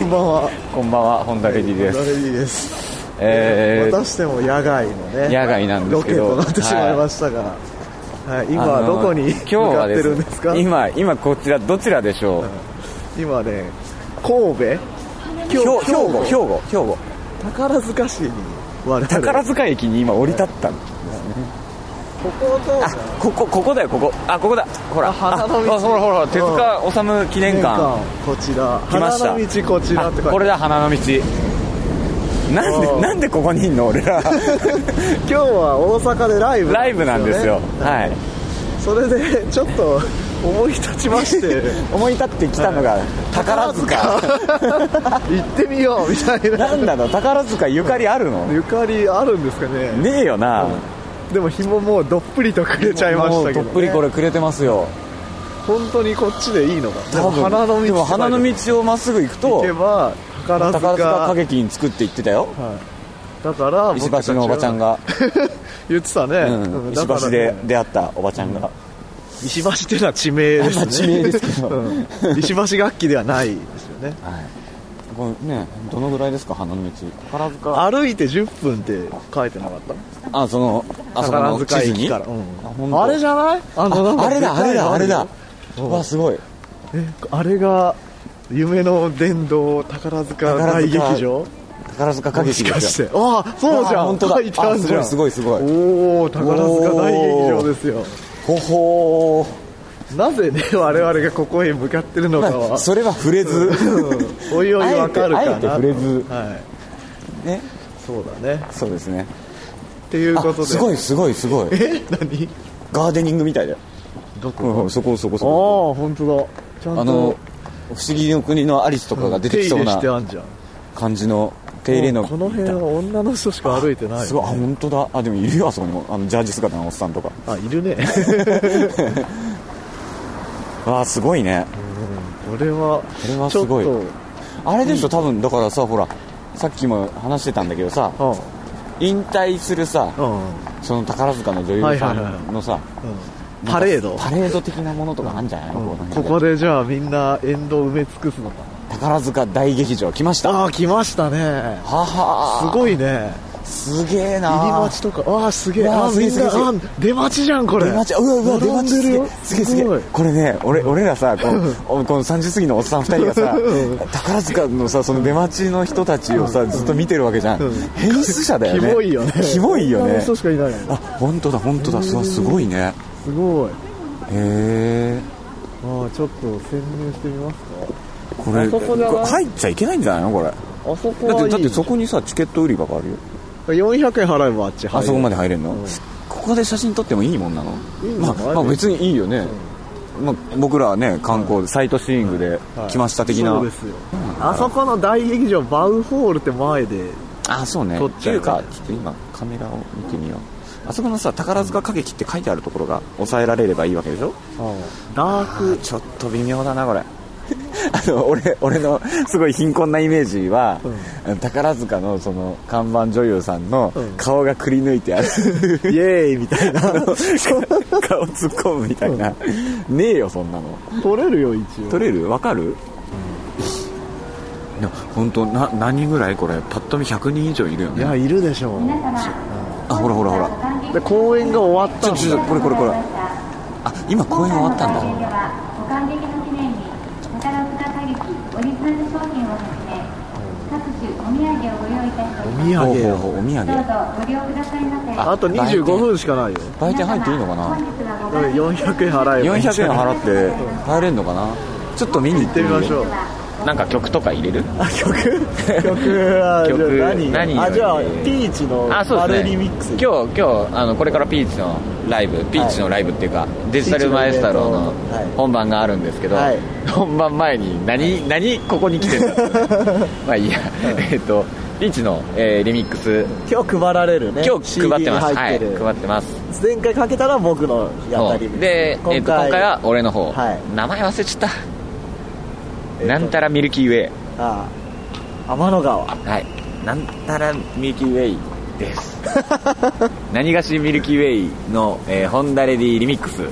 んばんは。 こんばんは、ホンダレディです。 ホンダレディです。またしても野外のね、 野外なんですけどロケとなってしまいましたが、はい、今どこに向かってるんですか？ 今こちらどちらでしょう？今ね、神戸、兵庫、宝塚市に宝塚駅に今降り立ったんですね。ここだよ、ここだ、ほら、 花の道、 ほら手塚治虫記念館、 こちら来ました。 花の道、こちらってこれだ、花の道。なんでここにいんの俺ら。 今日は大阪でライブなんですよ。はい。 それでちょっと思い立ちまして思い立ってきたのが宝塚。 行ってみようみたいな。 なんだろう、宝塚ゆかりあるの？ ゆかりあるんですかね。 ねえよな。 でも日ももうどっぷりとくれちゃいましたけど、ね、 どっぷりこれくれてますよ。 本当にこっちでいいのか。でも花の道をまっすぐ行くと行けば宝塚歌劇に作って言ってたよ、 はい、だから石橋のおばちゃんが言ってたね、 石橋で出会ったおばちゃんが、 石橋っていうのは地名ですね。 地名ですけど、 石橋楽器ではないですよね。 はい、これね、どのぐらいですか、花の道。宝塚歩いて10分って書いてなかった？ そこの地図に、 あれじゃない？ あれだ。わ、すごい。 あれが夢の殿堂宝塚大劇場。 宝塚歌劇ですよ。 そうじゃん。 本当だ。すごい。 おお、宝塚大劇場ですよ。 ほほー。なぜね、我々がここへ向かってるのかは、 それは触れず、 おいおいわかるかな。 あえて触れず、 ね、そうだね。 そうですね。 っていうことで、 すごい。 何？ ガーデニングみたいだよ。 どこ？ そこ。 本当だ。ちゃんと不思議の国のアリスとかが出てきそうな感じの手入れの。 この辺は女の人しか歩いてない。 すごい。本当だ。でもいるよ、あそこにもジャージ姿のおっさんとか。 いるね。 すごいね。 これはすごい。あれでしょ、多分だからさ、ほらさっきも話してたんだけどさ、引退するさ、その宝塚の女優さんのさ、 パレード的なものとかあるんじゃないの？ ここでじゃあみんな沿道埋め尽くすのかな。 宝塚大劇場来ました。 来ましたね。すごいね。 すげえな。 入り待ちとか。すげえ。みんな出待ちじゃんこれ。 出待ち。出待ちすげえ。これね、俺らさ、この30過ぎのおっさん2人がさ、宝塚のさ、その出待ちの人たちをさ、ずっと見てるわけじゃん。変質者だよね。 キモいよね。女の人しかいない。 本当だ。すごいね。 すごい。 へえ。 ちょっと潜入してみますか。 これ入っちゃいけないんじゃないのこれ。 あそこはいい。 だってそこにさチケット売り場があるよ。 400円払えばあっち入る。 そこまで入れるの？ここで写真撮ってもいいもんなの？まあ別にいいよね。僕らはね、観光でサイトシーイングで来ました的な。 そうですよ。あそこの大劇場バウホールって前でそうね。っていうかちょっと今カメラを見てみよう。あそこのさ、宝塚歌劇って書いてあるところが抑えられればいいわけでしょ。 ダーク。 ちょっと微妙だなこれ。俺のすごい貧困なイメージは、宝塚のその看板女優さんの顔がくり抜いてある、イエーイみたいな顔突っ込むみたいな、ねえよそんなの。 撮れるよ一応。 撮れる？わかる？本当何ぐらいこれパッと見100人以上いるよね。 いやいるでしょう。 ほらで公演が終わったんだ。 これ今公演終わったんだ。 宝塚歌劇オリジナル商品をはじめ各種お土産をご用意いたしております。 お土産どうぞご利用くださいませ。 あと25分しかないよ。 売店入っていいのかな ？400円払えば。 400円払って入れんのかな。ちょっと見に行ってみましょう。なんか曲とか入れる？ 曲は何？じゃあピーチのマルリミックス。 今日これからピーチのライブっていうかデジタルマエスタローの本番があるんですけど、本番前に何ここに来てんだまあいいや。ピーチのリミックス今日配られるね。 今日配ってます。配ってます。 前回かけたら僕のやったリミックスで、今回は俺の方、名前忘れちゃった。なんたらミルキーウェイ。 天の川。 なんたらミルキーウェイです。何がしミルキーウェイの、ホンダレディリミックス。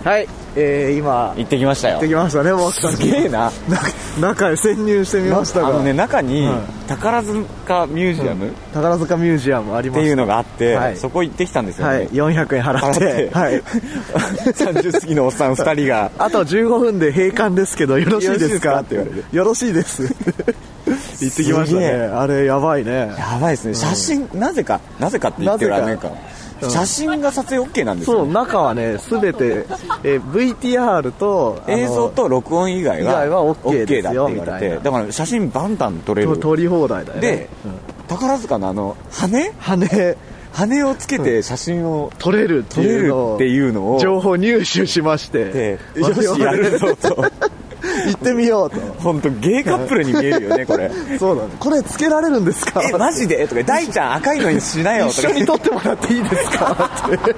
はい、今行ってきましたよ。 行ってきましたね、もうすげえな。 中へ潜入してみましたが、 中に宝塚ミュージアム、 宝塚ミュージアムありますっていうのがあって、そこ行ってきたんですよね。 400円払って、 30過ぎのおっさん2人があと15分で閉館ですけどよろしいですかって言われて、よろしいです行ってきましたね。あれやばいね。 やばいですね。写真、なぜかって言ってるらねか写真が撮影 OK なんですよ、ね。 そう、中はね、すべて、VTR と映像と録音以外は OK ですよって言われて、だから写真バンバン撮れる。 撮り放題だよね。で、 宝塚の羽をつけて写真を撮れるっていうのを情報入手しまして、 よしやるぞと。 行ってみようと。 本当ゲイカップルに見えるよねこれ。 そうだね。これつけられるんですか？ マジでとか、大ちゃん赤いのにしなよとか、 一緒に撮ってもらっていいですかって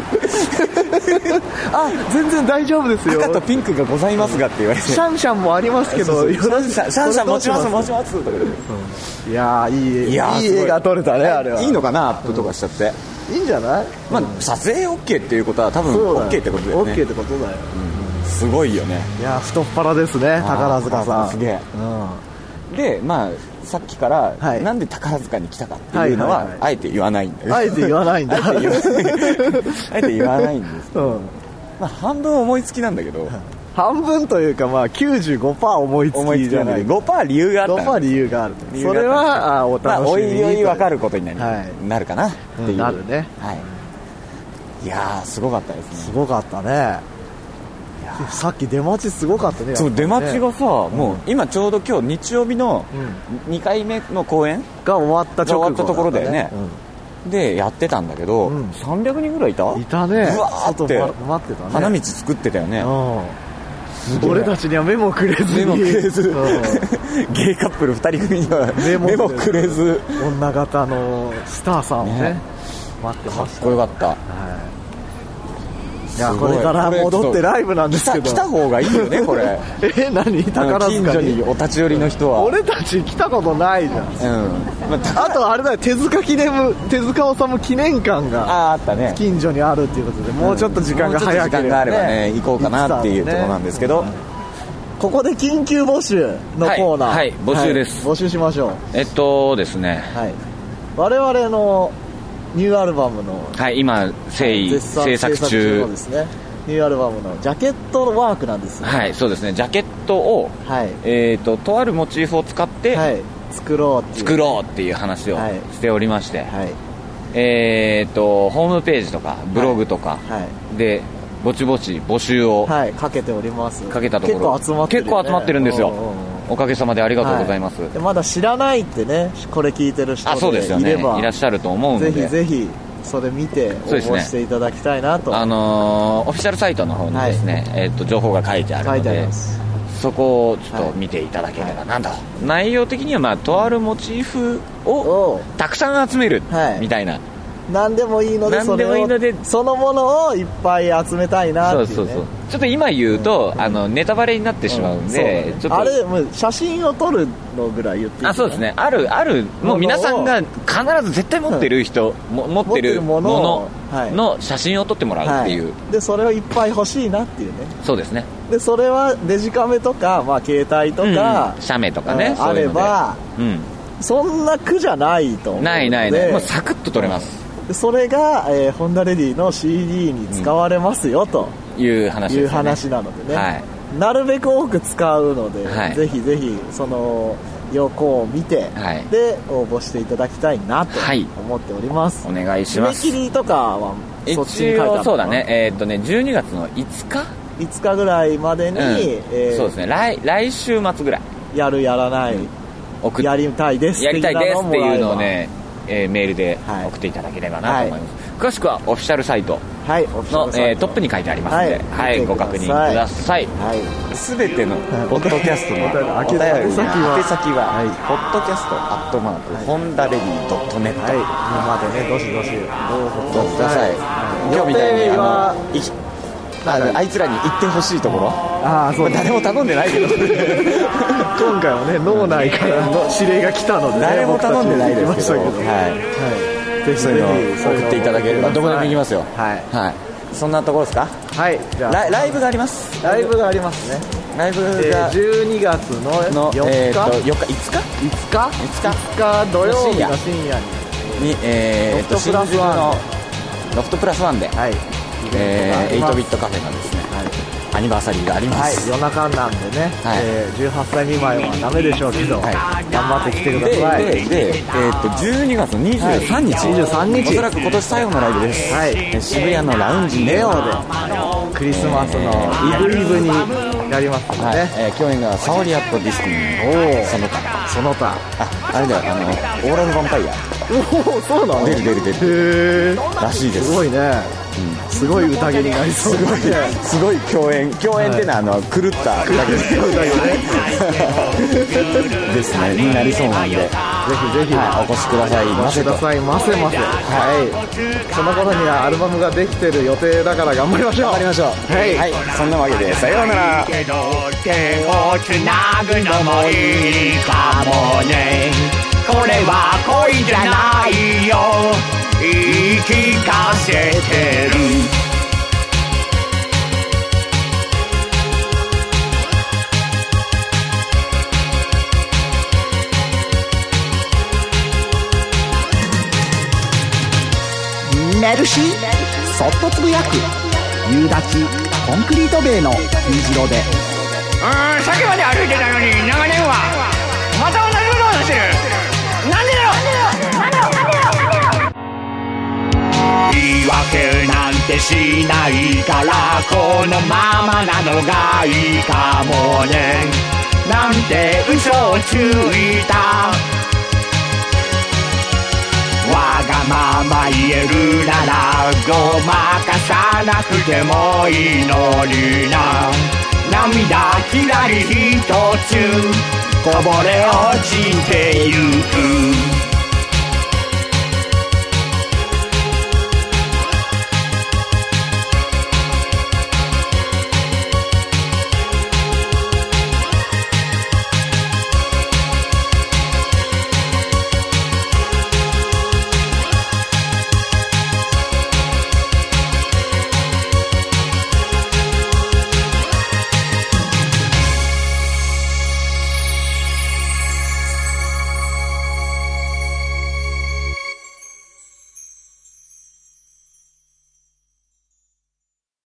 あ、全然大丈夫ですよ。 赤とピンクがございますがって言われて、 シャンシャンもありますけど、 シャンシャン持ちますとかで、いやいい映画撮れたね。あれはいいのかな、アップとかしちゃって。 いいんじゃない？ まあ撮影 OK っていうことは多分 OK ってことだよね。 OK ってことだよ。 すごいよね。 いや太っ腹ですね、宝塚さん。 すげえ。で、まあさっきからなんで宝塚に来たかっていうのはあえて言わないんだよ。 あえて言わないんだ。 あえて言わないんですけど、まあ半分思いつきなんだけど、 半分というかまあ 95% 思いつきじゃない。 5% 理由があった。 5% 理由がある。それはお楽しみに。 おいおい分かることになるかなっていう。 なるね。 いやーすごかったですね。 すごかったね。さっき出待ちすごかったね。 そう、出待ちがさ、もう今ちょうど今日日曜日の2回目の公演が終わったところだよね。でやってたんだけど、300人ぐらいいたね。 うわーって待ってたね。 花道作ってたよね。 俺たちには目もくれずに、 ゲイカップル2人組には目もくれず、 女型のスターさんをね待ってました。 かっこよかった。 いや、これから戻ってライブなんですけど、 来た方がいいよねこれ。 何？宝塚に近所にお立ち寄りの人は。 俺たち来たことないじゃん。あとあれだよ、手塚治虫記念館があったね、 近所にあるっていうことで、もうちょっと時間が早ければね行こうかなっていうところなんですけど、 ここで緊急募集のコーナー、 はい、募集です。 募集しましょう。 ですね、 我々のニューアルバムの、 今制作中のですね、ニューアルバムのジャケットワークなんですよ。 そうですね。ジャケットを、とあるモチーフを使って、 作ろうっていう話をしておりまして、ホームページとかブログとかでぼちぼち募集をかけております。 かけたところ結構集まってるんですよ。おかげさまでありがとうございます。 でまだ知らないってね、これ聞いてる人でいれば、 いらっしゃると思うので、 ぜひそれ見て応募していただきたいなと。 オフィシャルサイトの方にですね、情報が書いてあるので、そこをちょっと見ていただければなと。内容的にはとあるモチーフをたくさん集めるみたいな。 何でもいいので、そのものをいっぱい集めたいなっていう、ね、 ちょっと今言うと、ネタバレになってしまうんで、ちょっとあれもう写真を撮るのぐらい言っていい？ そうですね。あるもう皆さんが必ず絶対持ってる人、持ってるものの写真を撮ってもらうっていう、 でそれをいっぱい欲しいなっていうね。 そうですね。 でそれはデジカメとか、携帯とか、 写メとかね、 あれば、そんな苦じゃないと思うので、 ないもうサクッと撮れます。 それが、ホンダレディの CD に使われますよという話なのでね、なるべく多く使うので、ぜひぜひその横を見て、で応募していただきたいなと思っております。 お願いします。 締め切りとかはそっちに書いてあるのかな？ そうだね。12月の5日ぐらいまでに、 そうですね。来週末ぐらいやらない、やりたいですっていうのをね、メールで送っていただければなと思います。詳しくはオフィシャルサイトの、トップに書いてありますので、ご確認ください。すべてのポッドキャストのお便り宛先はpodcast@hondaready.net。 今までね、どしどしご応募ください。今日みたいにあいつらに行ってほしいところ、誰も頼んでないけど今回はね、脳内からの指令が来たので、 誰も頼んでないですけど、ぜひそういうのを送っていただければどこでも行きますよ。 そんなところですか。 はい、じゃあライブがあります。 ライブがありますね。 ライブが 12月の4日、 5日土曜日の深夜に新宿のロフトプラスワンで、はい、8ビットカフェがですね、アニバーサリーがあります。 夜中なんでね、18歳未満はダメでしょうけど、頑張ってきてください。 で12月の23日、おそらく今年最後のライブです。渋谷のラウンジネオでクリスマスのイブイブにやりますのでね。 共演がサオリアットディスティニー、その他あれだよ、オーラルヴァンパイア。 おお、そうなの。 出るらしいです。 すごいね。すごい宴になりそう。 すごい共演っていうのは狂った宴ですねになりそうなんで、ぜひぜひお越しくださいませ。はい。その頃にはアルバムができてる予定だから頑張りましょう。はい。 そんなわけでさようなら。 手をつなぐのもいいかもね。これは恋じゃないよ、言い聞かせてる。 メルシー、そっとつぶやく夕立コンクリート塀のT字路で、 さっきまで歩いてたのに長年はまた同じことをしてる。なんでだろう。言い訳なんてしないからこのままなのがいいかもね。なんて嘘をついた。わがまま言えるならごまかさなくてもいいのにな。涙きらりひとつこぼれ落ちて